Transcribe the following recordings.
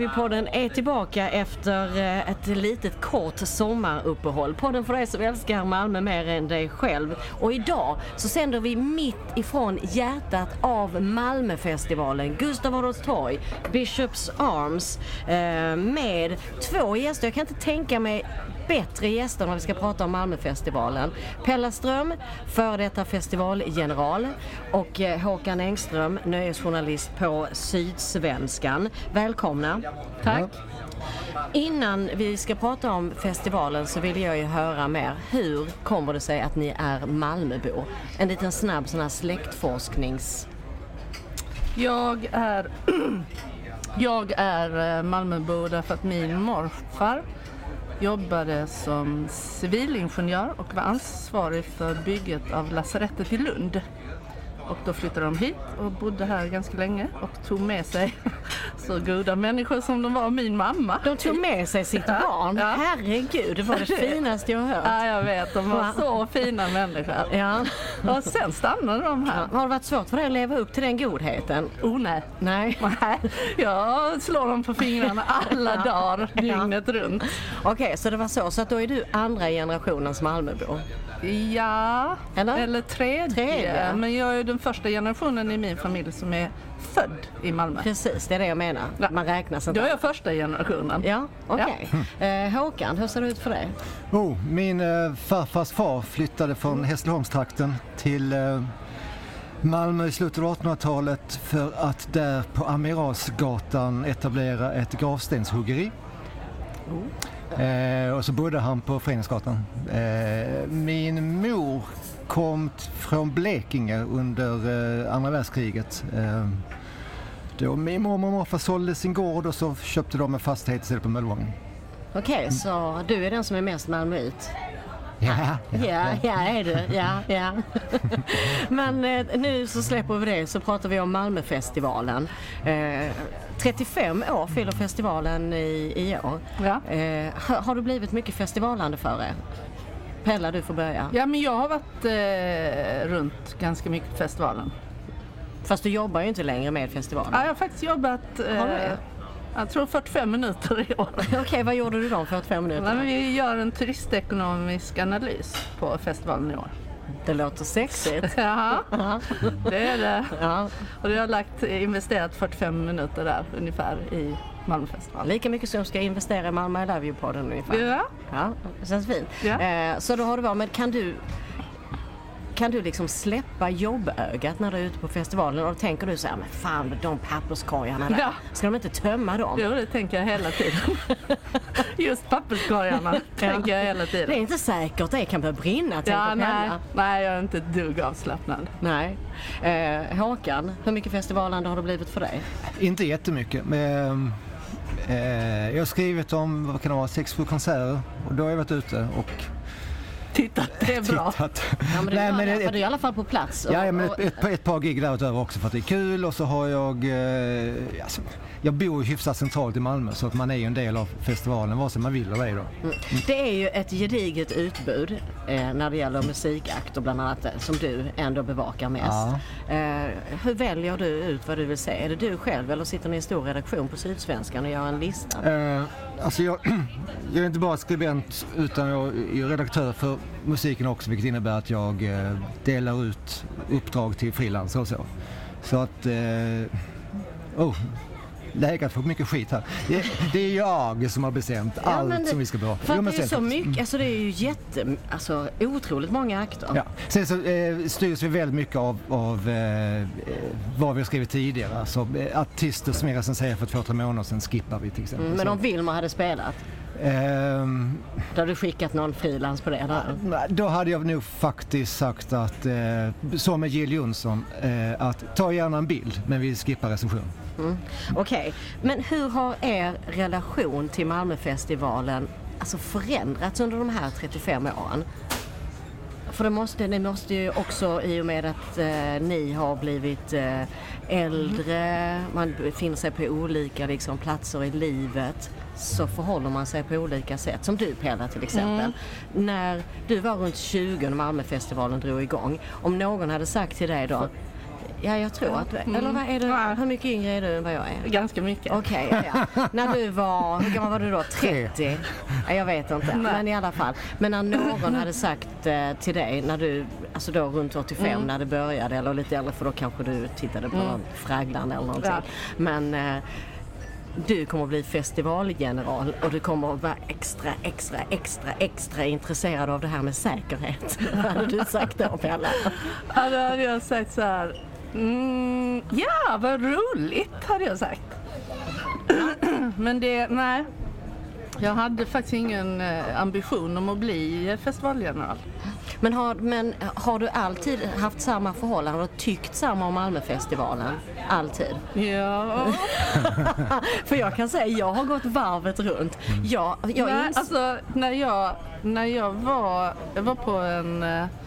Live-podden är tillbaka efter ett litet kort sommaruppehåll. Podden för dig som älskar Malmö mer än dig själv. Och idag så sänder vi mitt ifrån hjärtat av Malmöfestivalen, Gustav Adolfs torg, Bishops Arms, med två gäster. Jag kan inte tänka mig bättre gäster när vi ska prata om Malmöfestivalen. Pella Ström, före detta festivalgeneral, och Håkan Engström, nöjesjournalist på Sydsvenskan. Välkomna. Tack. Innan vi ska prata om festivalen så vill jag ju höra mer. Hur kommer det sig att ni är Malmöbor? En liten snabb sån här släktforsknings... Jag är Malmöbo därför att min morfar jobbade som civilingenjör och var ansvarig för bygget av lasarettet i Lund. Och då flyttade de hit och bodde här ganska länge och tog med sig så goda människor som de var, min mamma. De tog med sig sitt barn? Ja. Herregud, det var det finaste jag hört. Ja, jag vet. De var så fina människor. Ja. Och sen stannade de här. Ja. Har det varit svårt för dig att leva upp till den godheten? Nej. Nej. Jag slår dem på fingrarna alla dagar, dygnet runt. Okej, så det var så att då är du andra generationens Malmöbo? Ja, eller tredje. Men jag är den första generationen i min familj som är född i Malmö. Precis, det är det jag menar. Ja. Man räknas inte. Då är jag första generationen. Ja, okej. Håkan, hur ser det ut för dig? Min farfars far flyttade från Hässleholmstrakten till Malmö i slutet av 1800-talet för att där på Amiralsgatan etablera ett gravstenshuggeri. Och så bodde han på Föreningsgatan. Min mor kom från Blekinge under andra världskriget. Då min mormor och morfar sålde sin gård och så köpte de en fastighet istället på Möllevången. Okej, så du är den som är mest Malmöit? Ja, är du. Ja. Men nu så släpper vi det, så pratar vi om Malmöfestivalen. 35 år fyller festivalen i år. Ja. Har du blivit mycket festivalande för er? Pella, du får börja. Ja, men jag har varit runt ganska mycket på festivalen. Fast du jobbar ju inte längre med festivalen. Ja, jag har faktiskt jobbat... jag tror 45 minuter i år. Okej, vad gjorde du då 45 minuter? Men vi gör en turistekonomisk analys på festivalen i år. Det låter sexigt. Ja, det är det. Ja. Och jag har investerat 45 minuter där ungefär i Malmöfestivalen. Lika mycket som ska investera i Malmö I Love You-podden ungefär. Ja, det känns fint. Ja. Så då har du varit, men kan du liksom släppa jobbögat när du är ute på festivalen och då tänker du så här, men fan, de papperskorgarna där, ska de inte tömma dem? Jo, det tänker jag hela tiden. Just papperskorgarna tänker jag hela tiden. Det är inte säkert, det kan börja brinna. Nej, jag är inte ett dugg avslappnad. Nej. Håkan, hur mycket festivalande har det blivit för dig? Inte jättemycket, men jag har skrivit om, vad kan det vara, 6-7 konserter och då har jag varit ute och tittat, det är bra. Ja, men du är i alla fall på plats. Ja, men ett par gig därutöver också för att det är kul, och så har jag bor ju hyfsat centralt i Malmö så att man är ju en del av festivalen vare sig man vill eller ej då. Det är ju ett gediget utbud när det gäller musikakter bland annat som du ändå bevakar mest. Ja. Hur väljer du ut vad du vill se? Är det du själv eller sitter ni i stor redaktion på Sydsvenskan och gör en lista? Alltså jag är inte bara skribent utan jag är redaktör för musiken också, vilket innebär att jag delar ut uppdrag till frilansare och så. Så att läget får mycket skit här. Det är jag som har bestämt allt som vi ska bevaka. För det är så mycket, alltså det är ju otroligt många akter. Ja. Sen så styrs vi väldigt mycket av vad vi har skrivit tidigare. Alltså artister som är recenserar för 2-3 månader sedan skippar vi till exempel. Men om Wilmer hade spelat? Då hade du skickat någon frilans på det? Då hade jag nog faktiskt sagt att, som med Jill Johnson, att ta gärna en bild men vi skippar recension. Okej, men hur har er relation till Malmöfestivalen alltså förändrats under de här 35 åren? För ni måste ju också, i och med att ni har blivit äldre, man befinner sig på olika liksom, platser i livet, så förhåller man sig på olika sätt. Som du, Pella, till exempel. När du var runt 20 när Malmöfestivalen drog igång, om någon hade sagt till dig då, Ja, jag tror att eller vad är det? Hur mycket yngre är du än vad jag är? Ganska mycket. Okej, ja. När du var, hur gammal var du då? 30? Ja, jag vet inte, men i alla fall. Men när någon hade sagt till dig, när du, alltså då runt 85 när det började, eller lite äldre, för då kanske du tittade på någon Fragglan eller någonting. Ja. Men du kommer att bli festivalgeneral och du kommer att vara extra intresserad av det här med säkerhet. Vad hade du sagt då, Pelle? Ja, då hade jag sagt så här, ja, vad roligt hade jag sagt. Men nej. Jag hade faktiskt ingen ambition om att bli festivalgeneral. Men har du alltid haft samma förhållande och tyckt samma om Malmöfestivalen? Alltid? Ja. För jag kan säga, jag har gått varvet runt. Alltså, när jag var på en...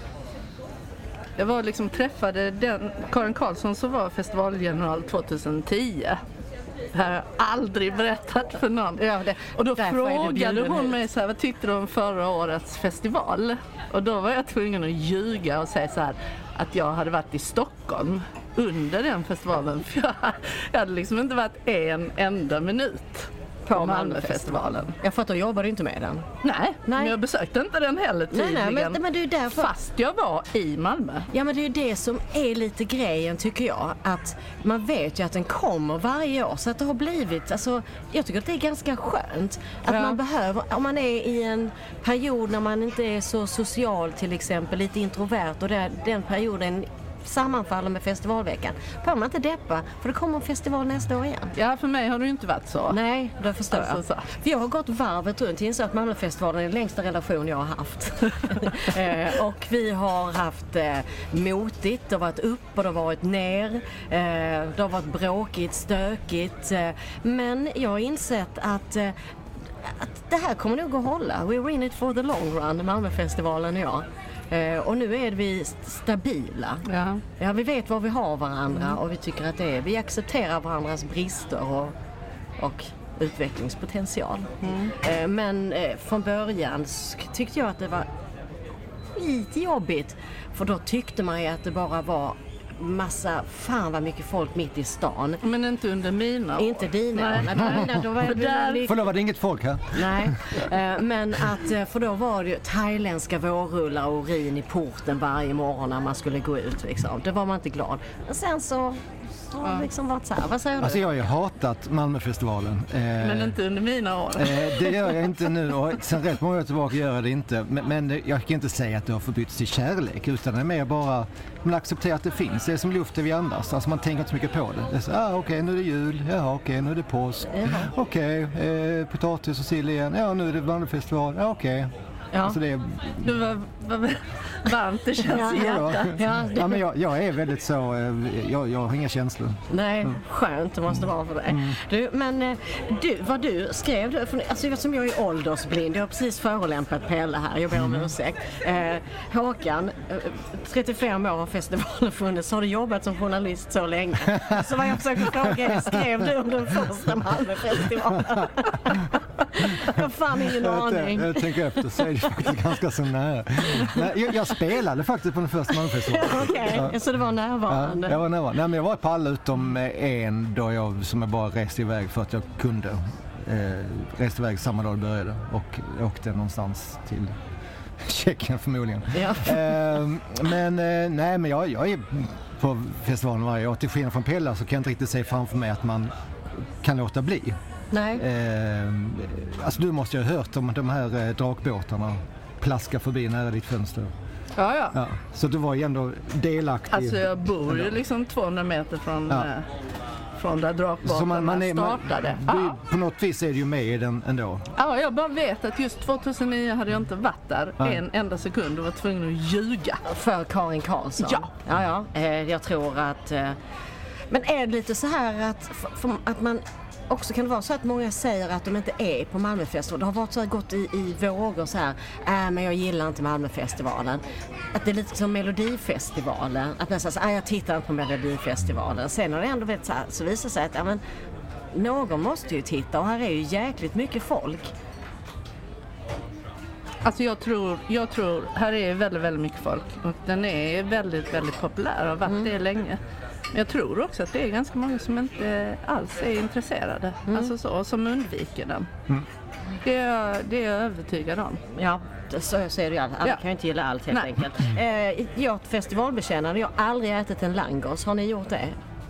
Jag var liksom träffade Karin Karlsson som var festivalgeneral 2010. Det har jag aldrig berättat för någon. Och då frågade hon mig så här, vad tyckte du om förra årets festival? Och då var jag tvungen att ljuga och säga så här, att jag hade varit i Stockholm under den festivalen. För jag hade liksom inte varit en enda minut på Malmöfestivalen. Jag fattar, jobbade du inte med den? Nej, men jag besökte inte den heller tydligen. Nej, men det är därför... Fast jag var i Malmö. Ja, men det är ju det som är lite grejen, tycker jag. Att man vet ju att den kommer varje år. Så att det har blivit, alltså, jag tycker att det är ganska skönt. Att man behöver, om man är i en period när man inte är så social till exempel, lite introvert, och den perioden sammanfaller med festivalveckan. Får man inte deppa, för det kommer en festival nästa år igen. Ja, för mig har det ju inte varit så. Nej, det förstår jag. För jag har gått varvet runt, insåg att Malmöfestivalen är den längsta relation jag har haft. Och vi har haft motigt, det har varit upp och det har varit ner. Det har varit bråkigt, stökigt. Men jag har insett att det här kommer nog att hålla. We're in it for the long run, Malmöfestivalen och jag. Och nu är vi stabila. Ja, vi vet var vi har varandra och vi tycker att det är. Vi accepterar varandras brister och utvecklingspotential. Men från början tyckte jag att det var lite jobbigt. För då tyckte man ju att det bara var massa, fan vad mycket folk mitt i stan. Men inte under mina år. Inte dina år. För då var det inget folk här. Nej, men för då var det ju thailändska vårrullar och urin i porten varje morgon när man skulle gå ut. Liksom. Det var man inte glad. Men sen så liksom varit så här. Vad säger du? Alltså jag har ju hatat Malmöfestivalen. Men inte under mina år. Det gör jag inte nu, och sen rätt många år tillbaka gör jag det inte. Men jag kan inte säga att det har förbytts till kärlek, utan det är mer bara man accepterar att det finns. Det är som luften vi andas. Alltså man tänker inte så mycket på det. Det är så, okej, nu är det jul. Ja, okej, nu är det påsk. Okej, potatis och sill igen. Ja, nu är det Malmöfestival. Ja, okej. Ja. Alltså det är... Vad varmt det känns i hjärtat. Ja, men jag är väldigt så, jag har inga känslor. Nej, skönt det måste vara för dig. Du, men vad du skrev, alltså som jag är åldersblind, jag har precis förolämpat Pelle här, jag ber om ursäkt. Håkan, 35 år har festivalen funnits, har du jobbat som journalist så länge? Så vad jag försöker fråga, skrev du om den första Malmöfestivalen? Jag har fan ingen aning. Jag tänker efter, så är det faktiskt ganska så nära. Jag spelade faktiskt på den första Malmöfestivalen. Okej, så det var närvarande. Ja, jag var närvarande. Nej, men jag var på alla utom en då som jag bara reste iväg för att jag kunde. Reste iväg samma dag det började och åkte någonstans till Tjeckien förmodligen. Ja. Men jag är på festivalen varje år. Till skillnad från Pella så kan jag inte riktigt se framför mig att man kan låta bli. Nej. Alltså du måste ju ha hört om de här drakbåtarna plaska förbi nära ditt fönster. Ja. Så du var ju ändå delaktig. Alltså jag bor ju liksom 200 meter från där drakbåtarna startade. På något vis är du ju med i den ändå. Ja, jag bara vet att just 2009 hade jag inte varit där en enda sekund och var tvungen att ljuga. För Karin Karlsson? Ja. Jag tror att... Men är det lite så här att man... Också kan det vara så att många säger att de inte är på Malmöfestivalen. Det har varit så här gått i vågor så här. Men jag gillar inte Malmöfestivalen. Att det är lite som Melodifestivalen. Att nästan så jag tittar inte på Melodifestivalen. Sen har det ändå vet så visar sig att någon måste ju titta. Och här är ju jäkligt mycket folk. Alltså jag tror här är väldigt, väldigt mycket folk. Och den är väldigt, väldigt populär och har varit det länge. Jag tror också att det är ganska många som inte alls är intresserade. Alltså så, som undviker den. Det är jag övertygad om. Ja, så är det ju. Alla kan ju inte gilla allt helt enkelt. Jag är ett festivalbekännare. Jag har aldrig ätit en langos. Har ni gjort det?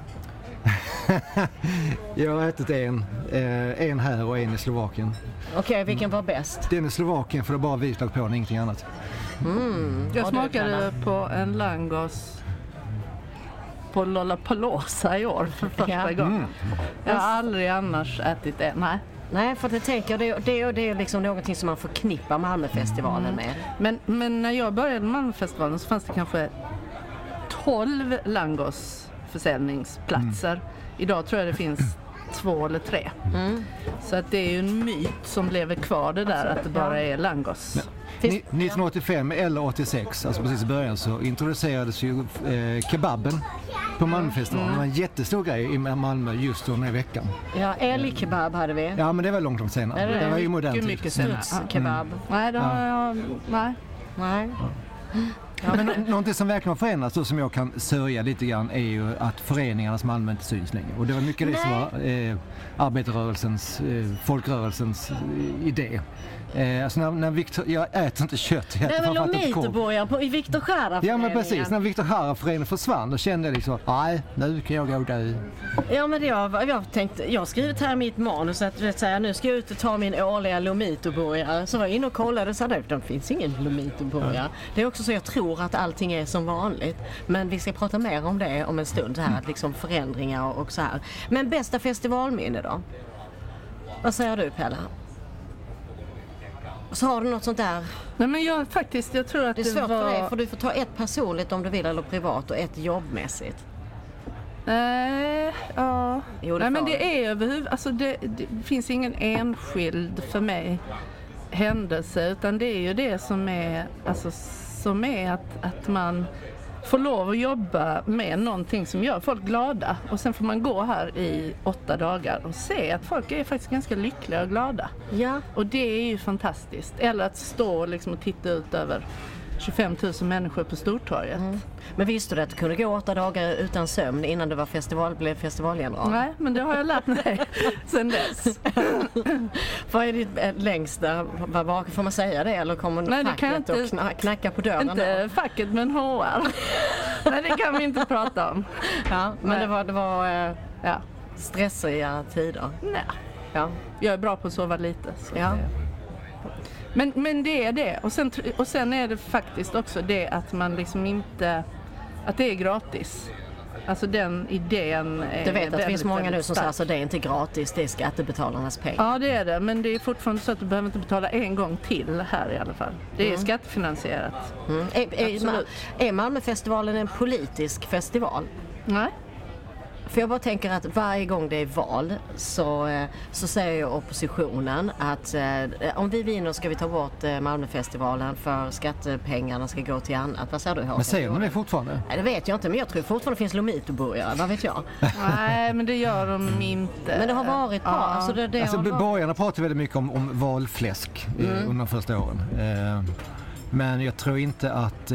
Jag har ätit en här och en i Slovakien. Okej, vilken var bäst? Den i Slovakien för det bara vitlök på den, ingenting annat. Jag smakade på en langos på Lollapalooza i år för första gången. Jag har aldrig annars ätit det, Nej, för att jag tänker, det är liksom någonting som man förknippar Malmöfestivalen med. Men när jag började Malmöfestivalen så fanns det kanske 12 langos försäljningsplatser. Idag tror jag det finns 2 eller 3. Så att det är ju en myt som lever kvar det där att det bara är langos. 1985 eller 86, alltså precis i början, så introducerades ju kebaben på Malmöfestivalen. Det var en jättestor grej i Malmö just under den här veckan. Ja, älgkebab hade vi. Ja, men det var långt senare. Det var ju modernt. Mycket senare. Strutskebab. Nej, Nej. Ja, men någonting som verkligen har förändrats och som jag kan sörja lite grann är ju att föreningarnas Malmö inte syns längre. Och det var mycket det som var arbetarrörelsens, folkrörelsens idé. Alltså när Victor, jag äter inte kött, jag äter framförallt inte korv. Lomitobojor i Victor Jara-föreningen. Ja, men precis. När Victor Jara-föreningen försvann, då kände jag liksom, nej, nu kan jag gå där. Ja, men jag har skrivit här i mitt manus att nu ska jag ut och ta min årliga lomitobojare. Så var jag inne och kollade och sa att det finns ingen lomitobojare. Det är också så jag tror att allting är som vanligt. Men vi ska prata mer om det om en stund, så här, att liksom förändringar och så här. Men bästa festivalminne då? Vad säger du, Pella? Så har du något sånt där? Nej, men jag tror att det är svårt för dig, för du får ta ett personligt om du vill eller privat och ett jobbmässigt. Ja. Jo, nej, men det är överhuvud, alltså det finns ingen enskild för mig händelse, utan det är ju det som är, alltså, som är att man får lov att jobba med någonting som gör folk glada, och sen får man gå här i 8 dagar och se att folk är faktiskt ganska lyckliga och glada. Ja. Och det är ju fantastiskt. Eller att stå liksom och titta ut över 25 000 människor på Stortorget. Men visste du att du kunde gå 8 dagar utan sömn innan du blev festivalgeneral? Nej, men det har jag lärt mig sen dess. Vad är ditt längsta? Får man säga det? Eller kommer facket och knacka på dörren? Inte facket, men HR. Nej, det kan vi inte prata om. Ja, men det var stressiga tider. Nej. Ja. Jag är bra på att sova lite. Så ja. Men det är det. Och sen är det faktiskt också det att man liksom inte, att det är gratis. Alltså den idén är. Du vet att det finns många nu som säger att det är inte gratis, det är skattebetalarnas pengar. Ja, det är det. Men det är fortfarande så att du behöver inte betala en gång till här i alla fall. Det är skattefinansierat. Är Malmöfestivalen en politisk festival? Nej. För jag bara tänker att varje gång det är val så säger jag oppositionen att om vi vinner ska vi ta bort Malmöfestivalen för skattepengarna ska gå till annat. Vad säger du, Håkan? Men säger man det fortfarande? Nej, det vet jag inte, men jag tror fortfarande finns lomitobojare, vad vet jag? Nej, men det gör de inte. Men det har varit bra. Ja. Alltså, borgarna pratar väldigt mycket om valfläsk under de första åren. Men jag tror inte att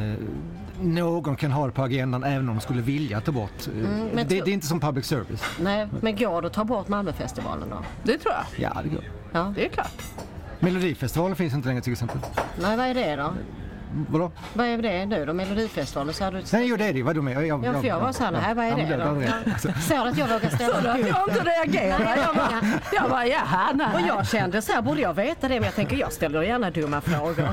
någon kan ha det på agendan även om de skulle vilja ta bort. Det är inte som public service. Nej, men går det att ta bort Malmöfestivalen då? Det tror jag. Ja, det går. Ja. Det är klart. Melodifestivalen finns inte längre till exempel. Nej, vad är det då? Vadå? Vad är det nu då? Melodifestivalen? Så hade du... Nej, det är det. Vad du med? För jag var så här, nej, vad är det då? Så att jag vågar ställa så att jag inte reagerar. Jag bara, jaha, nej. Och jag kände så här, borde jag veta det? Men jag tänker, jag ställer gärna dumma frågor.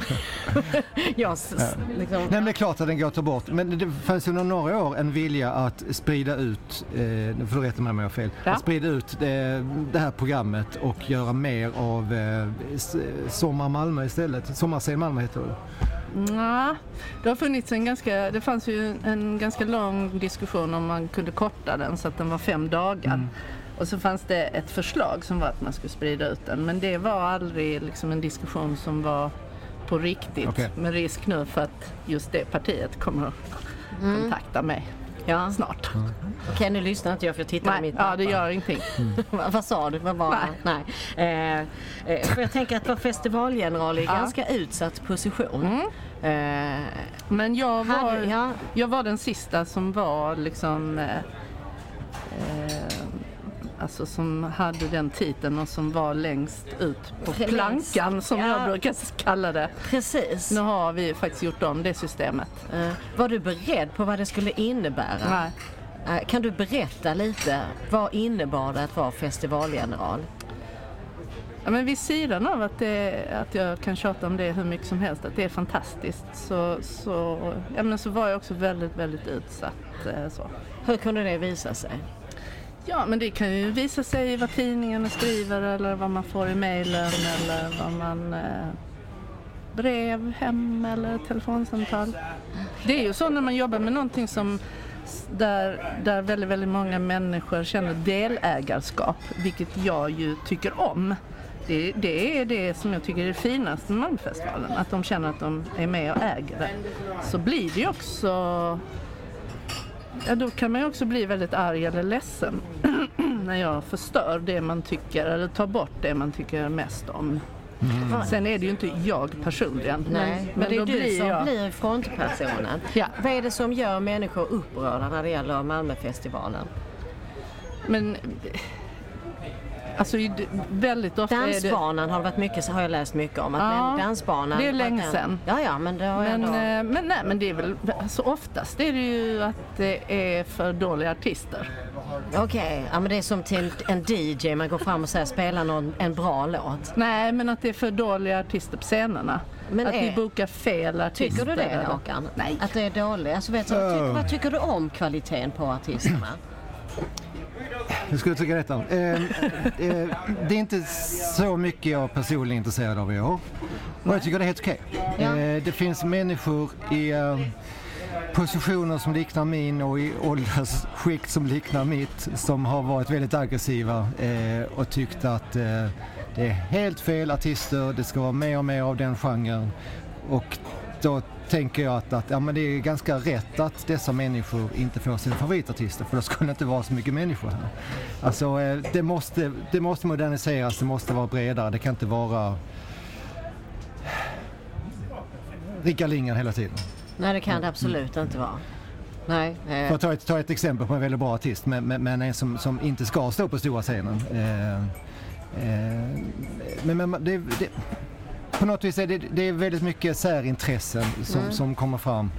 Nej, men det är klart att den går att ta bort. Men det fanns ju några år en vilja att sprida ut, nu får du rätta mig om jag har fel, att sprida ut det här programmet och göra mer av Sommar Malmö istället. Sommarscen Malmö heter det. Ja, det har funnits det fanns ju en ganska lång diskussion om man kunde korta den så att den var 5 dagar. Och så fanns det ett förslag som var att man skulle sprida ut den, men det var aldrig liksom en diskussion som var på riktigt. Med risk nu för att just det partiet kommer att kontakta mig. snart. Okej, nu lyssnar inte jag för jag tittar på mitt pappa. Ja, det gör ingenting. Vad sa du? Nej. För jag tänker att vara festivalgeneral är ganska utsatt position. Men jag var den sista som var liksom alltså som hade den titeln och som var längst ut på plankan som jag brukar kalla det. Precis. Nu har vi faktiskt gjort om det systemet. Var du beredd på vad det skulle innebära? Nej. Kan du berätta lite, vad innebar det att vara festivalgeneral? Ja, men vid sidan av att jag kan tjata om det hur mycket som helst, att det är fantastiskt, så var jag också väldigt, väldigt utsatt. Så. Hur kunde det visa sig? Ja, men det kan ju visa sig i vad tidningarna skriver eller vad man får i mejlen eller vad man brev hem eller telefonsamtal. Det är ju så när man jobbar med någonting som där väldigt, väldigt många människor känner delägarskap, vilket jag ju tycker om. Det är det som jag tycker är det finaste med Malmöfestivalen, att de känner att de är med och äger det. Så blir det ju också, då kan man ju också bli väldigt arg eller ledsen när jag förstör det man tycker eller tar bort det man tycker mest om. Sen är det ju inte jag personligen. Nej, men det är du som blir frontpersonen. Ja. Vad är det som gör människor upprörda när det gäller Malmöfestivalen? Men alltså väldigt ofta dansbanan har varit mycket, har jag läst mycket om. Att dansbanan, det är länge sedan. Ja, men det har jag men det är väl, alltså oftast är det ju att det är för dåliga artister. Okej, men det är som till en DJ, man går fram och säger spela en bra låt. Nej, men att det är för dåliga artister på scenerna. Men att vi bokar fel artister. Tycker du det, Håkan? Nej. Att det är dåligt? Alltså, vad tycker du om kvaliteten på artisterna? Jag skulle tycka detta. Det är inte så mycket jag personligen är intresserad av i år. Och jag tycker det är helt okej. Det finns människor i positioner som liknar min och i åldersskikt som liknar mitt som har varit väldigt aggressiva och tyckt att det är helt fel artister, det ska vara mer och mer av den genren. Och då tänker jag att men det är ganska rätt att dessa människor inte får sina favoritartister, för då skulle det inte vara så mycket människor här. Alltså det måste moderniseras, det måste vara bredare, det kan inte vara Rickard Lindgren hela tiden. Nej, det kan det absolut inte vara. Nej. För att ta ett exempel på en väldigt bra artist, men en som inte ska stå på stora scenen. Men det på något vis är det är väldigt mycket särintressen som kommer fram.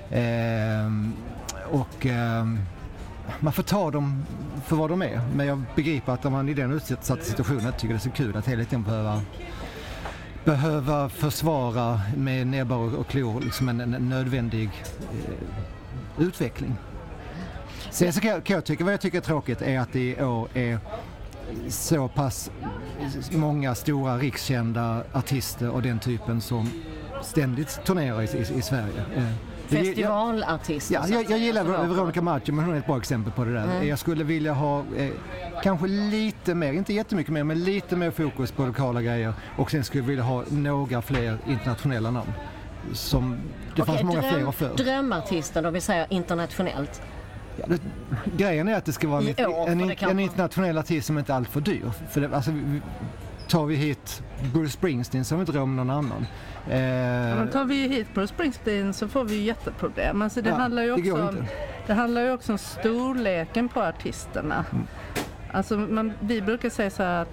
Man får ta dem för vad de är. Men jag begriper att om man i den utsatta situationen tycker det är så kul att hela tiden behöva försvara med näbbar och klor liksom en nödvändig utveckling. Sen så kan jag tycka, vad jag tycker är tråkigt är att det i år är så pass många stora rikskända artister och den typen som ständigt turnerar i Sverige. Festivalartister. Jag gillar Veronica Maggio, men hon är ett bra exempel på det där. Jag skulle vilja ha kanske lite mer, inte jättemycket mer, men lite mer fokus på lokala grejer. Och sen skulle jag vilja ha några fler internationella namn. Det fanns många fler och förr. Drömartister, då vill säga internationellt. Ja, grejen är att det ska vara en internationell artist som inte är allt för dyr. För det, alltså, tar vi hit Bruce Springsteen så har vi inte råd med någon annan. Men tar vi hit Bruce Springsteen så får vi ju jätteproblem. Alltså det handlar ju också om storleken på artisterna. Alltså vi brukar säga så här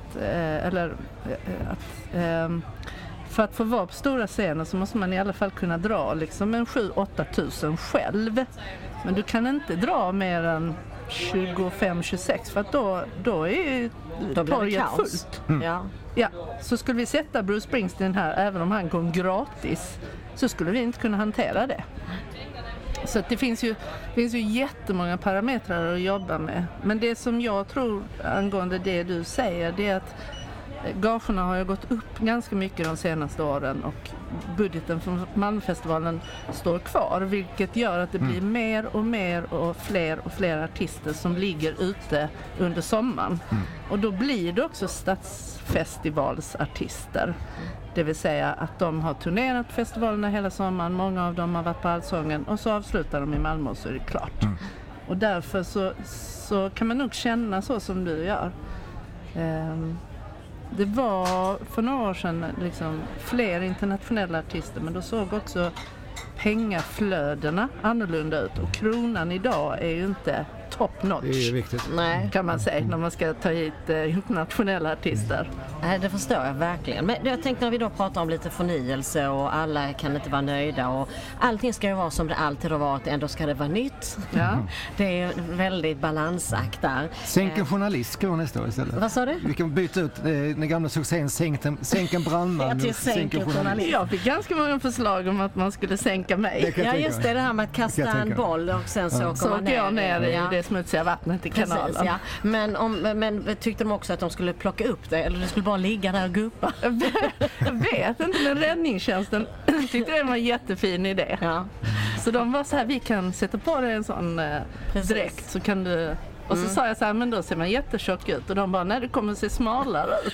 att för att få vara på stora scener så måste man i alla fall kunna dra liksom en 7-8 tusen själv. Men du kan inte dra mer än 25-26 för att då är ju torget fullt. Ja, så skulle vi sätta Bruce Springsteen här, även om han kom gratis, så skulle vi inte kunna hantera det. Så att det finns ju jättemånga parametrar att jobba med. Men det som jag tror angående det du säger, det är att gagerna har ju gått upp ganska mycket de senaste åren och budgeten för Malmöfestivalen står kvar, vilket gör att det blir mer och fler artister som ligger ute under sommaren. Och då blir det också stadsfestivalsartister. Det vill säga att de har turnerat på festivalerna hela sommaren, många av dem har varit på Allsången och så avslutar de i Malmö och så är det klart. Och därför så kan man nog känna så som du gör. Det var för några år sedan liksom fler internationella artister, men då såg också pengaflödena annorlunda ut. Och kronan idag är ju inte top notch. Det är viktigt. Nej. Kan man säga när man ska ta hit internationella artister. Nej, det förstår jag verkligen. Men jag tänkte när vi då pratar om lite förnyelse och alla kan inte vara nöjda och allting ska ju vara som det alltid har varit, ändå ska det vara nytt. Ja. Det är en väldigt balansakt där. Sänk en journalist ska vara nästa år istället. Vad sa du? Vi kan byta ut den gamla succén Sänk en brandman. till Sänk en journalist. Jag fick ganska många förslag om att man skulle sänka mig. Ja, just det här med att kasta en boll och sen så Så åker jag ner i det smutsiga vattnet i kanalen. Precis, ja. Men tyckte de också att de skulle plocka upp det eller det skulle bara ligga där och guppa? Jag vet inte, men räddningstjänsten tyckte det var en jättefin idé. Ja. Så de var så här, vi kan sätta på dig en sån dräkt så kan du... Och så sa jag så här, men då ser man jättetjock ut. Och de bara, nej, det kommer se smalare ut.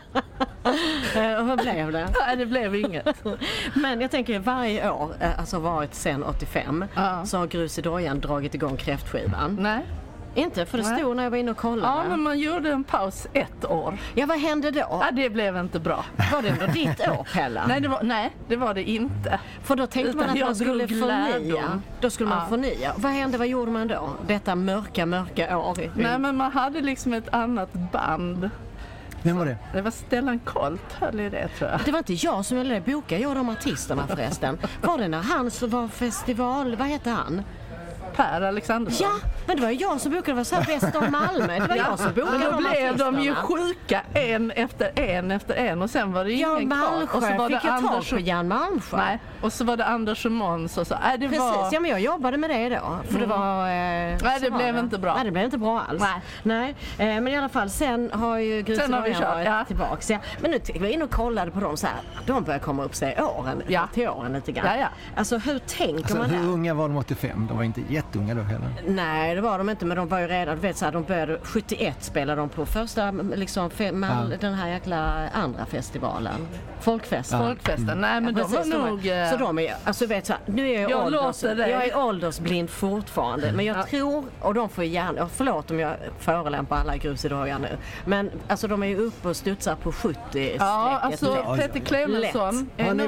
Och vad blev det? Nej, det blev inget. Men jag tänker varje år, alltså varit sedan 85, så har Grus i Dojan dragit igång kräftskivan. Nej. Inte, för det stod när jag var inne och kollade. Ja, men man gjorde en paus 1 år. Ja, vad hände då? Ja, det blev inte bra. Var det under ditt år, Pella? Nej, det var det inte. För då tänkte man att man skulle förnya. Då skulle man förnya. Vad hände, vad gjorde man då? Detta mörka år. Nej, men man hade liksom ett annat band. Vem var det? Det var Stellan Colt, höll i det, tror jag. Det var inte jag som ville boka, jag de artisterna förresten. Var det när han så var festival, vad hette han? Per Alexandersson. Ja, men det var jag som bokade, det var så här bäst om Malmö. Det var jag som bokade. Men då de blev de ju artisterna. sjuka en efter en och sen var det ingen kvar. Och så var fick det jag tag Anders på Jan Malmsjö. Nej, och så var det Anders och Måns och så. Det Precis, var... ja men jag jobbade med det då. För det var... Nej, det blev inte bra. Nej, det blev inte bra alls. Nej. Men i alla fall, sen har ju Grus i Dojan varit tillbaks. Ja. Men nu var jag in och kollade på dem så här. De börjar komma upp sig till åren lite grann. Ja. Alltså hur tänker man Hur där? unga var de 85? De var inte jätteunga då heller. Nej, det var de inte, men de var ju redan, du vet så här, de började 71 spelade de på första liksom den här jäkla andra festivalen. Folkfesten. Nej, men de precis, var nog... Så de är, alltså vet så här, nu är jag är åldersblind fortfarande, men jag tror, och de får gärna, förlåt om jag förolämpar alla Grus i Dojan nu, men alltså de är ju uppe och studsar på 70-strecket. Ja, alltså Peter Clemensson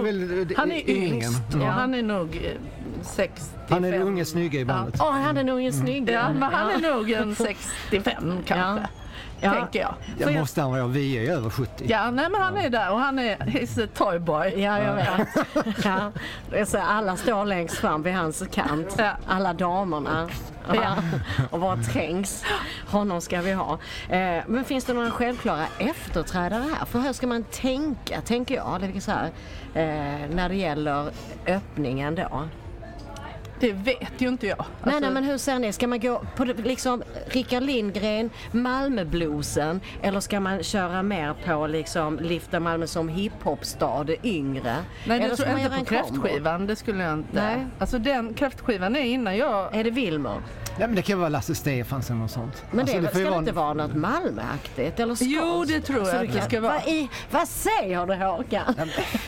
han är yngst. Ja. Han är nog 65. Han är den unge snygga i bandet. Ja, han är nog en snygg. Ja, men han är nog en 65 kanske. Ja. Tänker jag. Jag måste han vara, vi är ju över 70. Ja, nej, men han är där och han är he's a toy boy. Ja, jag vet. Ja. Så alla står längst fram vid hans kant. Ja. Alla damerna. Ja. Och bara trängs. Honom ska vi ha. Men finns det några självklara efterträdare här? För hur ska man tänker jag, det är så här, när det gäller öppningen då? Det vet ju inte jag. Alltså... Nej, men hur ser ni? Ska man gå på liksom Rickard Lindgren, Malmöbluesen, eller ska man köra mer på liksom lyfta Malmö som hiphopstad, yngre? Nej, det eller tror jag inte på kräftskivan, det skulle jag inte. Nej. Alltså den kräftskivan är innan jag... Är det Wilmer? Ja, men det kan vara Lasse Stefansen och sånt. Men alltså, det ska inte vara något Malmöaktigt eller skånskt? Jo, det tror jag att det ska vara. Vad säger du, Håkan?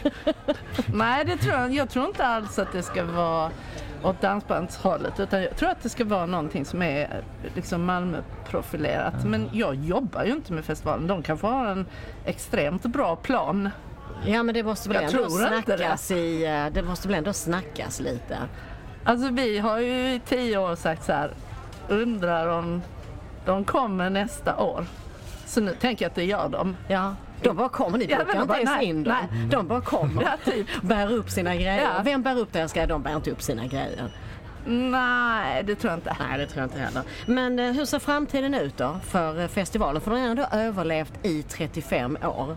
Nej, det tror jag tror inte alls att det ska vara åt dansbandshållet, utan jag tror att det ska vara någonting som är liksom Malmö-profilerat. Men jag jobbar ju inte med festivalen. De kan få ha en extremt bra plan. Ja, men det måste väl ändå snackas det måste väl ändå snackas lite. Alltså vi har ju i 10 år sagt så här, undrar om de kommer nästa år. Så nu tänker jag att det gör de. Ja. De bara kommer, ni brukar inte ens in dem. De bara kommer, bär upp sina grejer. Ja. Vem bär upp deras grejer? De bär inte upp sina grejer. Nej, det tror jag inte. Nej, det tror jag inte heller. Men hur ser framtiden ut då för festivalen? För de har ändå överlevt i 35 år.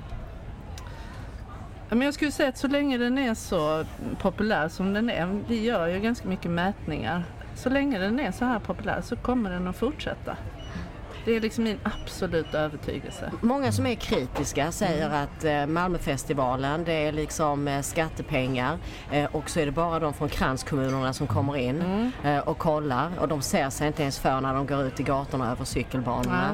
Men jag skulle säga att så länge den är så populär som den är, vi gör ju ganska mycket mätningar. Så länge den är så här populär så kommer den att fortsätta. Det är liksom min absoluta övertygelse. Många som är kritiska säger att Malmöfestivalen, det är liksom skattepengar och så är det bara de från kranskommunerna som kommer in och kollar, och de ser sig inte ens för när de går ut i gatorna över cykelbanorna.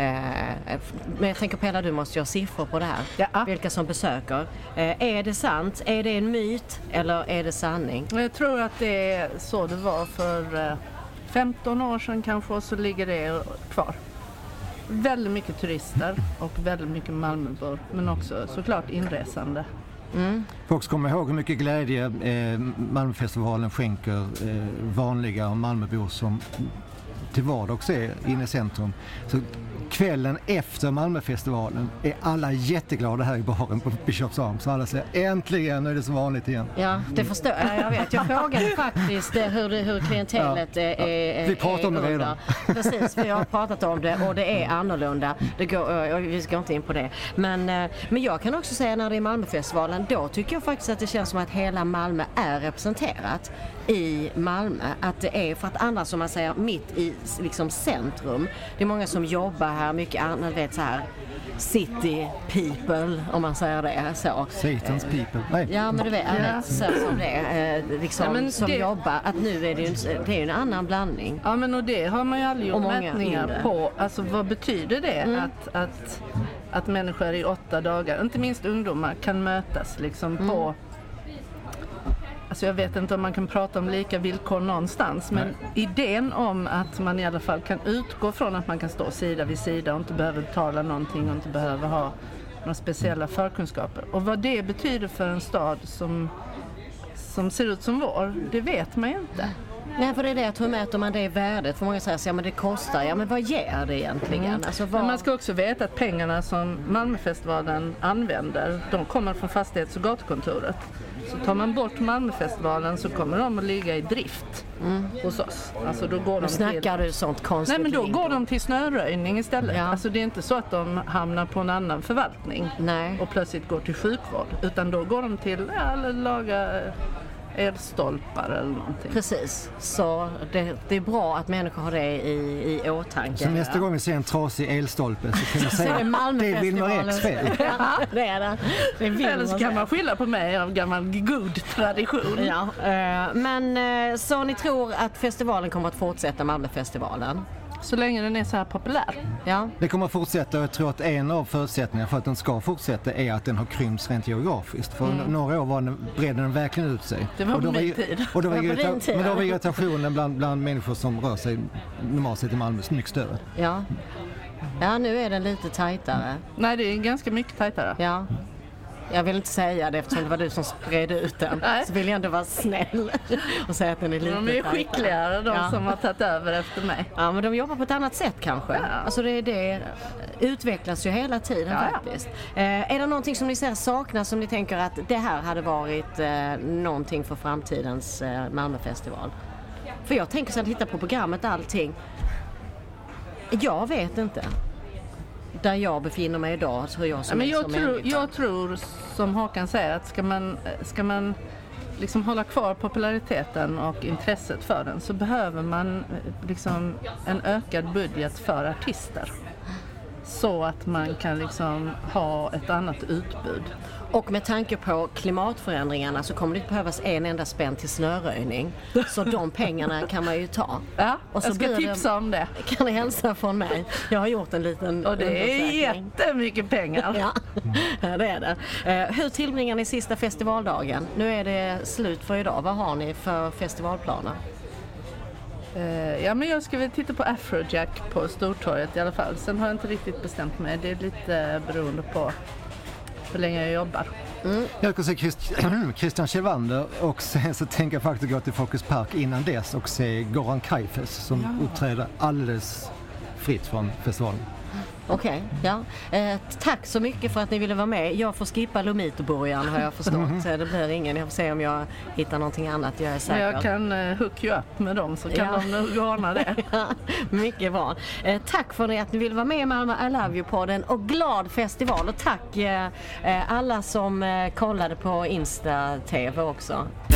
Men jag tänker, Pella, du måste ju ha siffror på det här. Ja. Vilka som besöker. Är det sant? Är det en myt eller är det sanning? Jag tror att det är så det var för 15 år sedan kanske, och så ligger det kvar. Väldigt mycket turister och väldigt mycket Malmöbor, men också såklart inresande. Folk kommer ihåg hur mycket glädje Malmöfestivalen skänker vanliga Malmöbor som till vardags är inne i centrum. Så kvällen efter Malmöfestivalen är alla jätteglada här i baren på Bischofsholm. Så alla säger äntligen, nu är det så vanligt igen. Ja, det förstår jag. vet. Jag frågade faktiskt hur klientellet är. Vi pratar om det redan. Precis, vi har pratat om det och det är annorlunda. Det går, vi ska inte in på det. Men jag kan också säga när det är Malmöfestivalen, då tycker jag faktiskt att det känns som att hela Malmö är representerat i Malmö. Att det är, för att annars som man säger, mitt i liksom centrum. Det är många som jobbar här, mycket annat, vet så här city people, om man säger det så. Satan's people. Nej. Ja, men du vet, så som det är, liksom, ja, som jobbar, att nu är det är en annan blandning. Ja, men och det har man ju aldrig gjort mätningar på. Alltså vad betyder det att människor i 8 dagar, inte minst ungdomar, kan mötas liksom på. Alltså jag vet inte om man kan prata om lika villkor någonstans, men idén om att man i alla fall kan utgå från att man kan stå sida vid sida och inte behöver betala någonting och inte behöver ha några speciella förkunskaper. Och vad det betyder för en stad som ser ut som vår, det vet man ju inte. Nej, för det är det, hur mäter man det värdet? För många säger så, ja men det kostar, ja men vad ger det egentligen? Alltså, Men man ska också veta att pengarna som Malmöfestivalen använder, de kommer från fastighets- och gatukontoret. Så tar man bort Malmöfestivalen så kommer de att ligga i drift hos oss. Alltså då går de snackar du sånt konstigt? Nej, men då går de till snöröjning istället. Ja. Alltså det är inte så att de hamnar på en annan förvaltning och plötsligt går till sjukvård. Utan då går de till laga elstolpar eller någonting. Precis, så det är bra att människor har det i åtanke. Så nästa gång vi ser en trasig elstolpe så kan vi säga det vill man X fel. Ja, det är det. Eller så kan man skylla på mig av gammal god tradition. Ja, men så ni tror att festivalen kommer att fortsätta, Malmöfestivalen? Så länge den är så här populär. Ja. Det kommer att fortsätta, och jag tror att en av förutsättningarna för att den ska fortsätta är att den har krympts rent geografiskt. För några år bredde den verkligen ut sig. Det var på min tid. Och då var irritationen bland människor som rör sig normalt sett i Malmö mycket större. Ja. Ja, nu är den lite tajtare. Nej, det är ganska mycket tajtare. Ja. Jag vill inte säga det eftersom det var du som spred ut den. Nej. Så vill jag ändå vara snäll och säga att den är lite de är skickligare, som har tagit över efter mig. Ja, men de jobbar på ett annat sätt kanske. Ja. Alltså det utvecklas ju hela tiden faktiskt. Är det någonting som ni ser saknas, som ni tänker att det här hade varit någonting för framtidens Malmöfestival? För jag tänker så att hitta på programmet allting. Jag vet inte. Där jag befinner mig idag, tror jag som jag tror som Håkan säger att ska man liksom hålla kvar populariteten och intresset för den, så behöver man liksom en ökad budget för artister. Så att man kan liksom ha ett annat utbud. Och med tanke på klimatförändringarna så kommer det inte behövas en enda spänn till snöröjning. Så de pengarna kan man ju ta. Ja, och så jag ska tipsa om det. Kan ni hälsa från mig. Jag har gjort en liten och det är jättemycket pengar. Ja, det är det. Hur tillbringar ni sista festivaldagen? Nu är det slut för idag. Vad har ni för festivalplaner? Ja, men jag ska väl titta på Afrojack på Stortorget i alla fall. Sen har jag inte riktigt bestämt mig. Det är lite beroende på hur länge jag jobbar. Jag ska se Christian Kjevander, och sen så tänker jag faktiskt gå till Folkets Park innan dess och se Goran Kajfes som uppträder alldeles fritt från festivalen. Okej, ja. Tack så mycket för att ni ville vara med. Jag får skippa Lomito-burgaren, har jag förstått. Det blir ingen. Jag får se om jag hittar någonting annat. Jag är säker. Jag kan hook you up med dem, så kan de nog ordna det. Ja, mycket bra. Tack för att ni ville vara med i Malmö I Love You-podden, och glad festival. Och tack alla som kollade på Insta-TV också.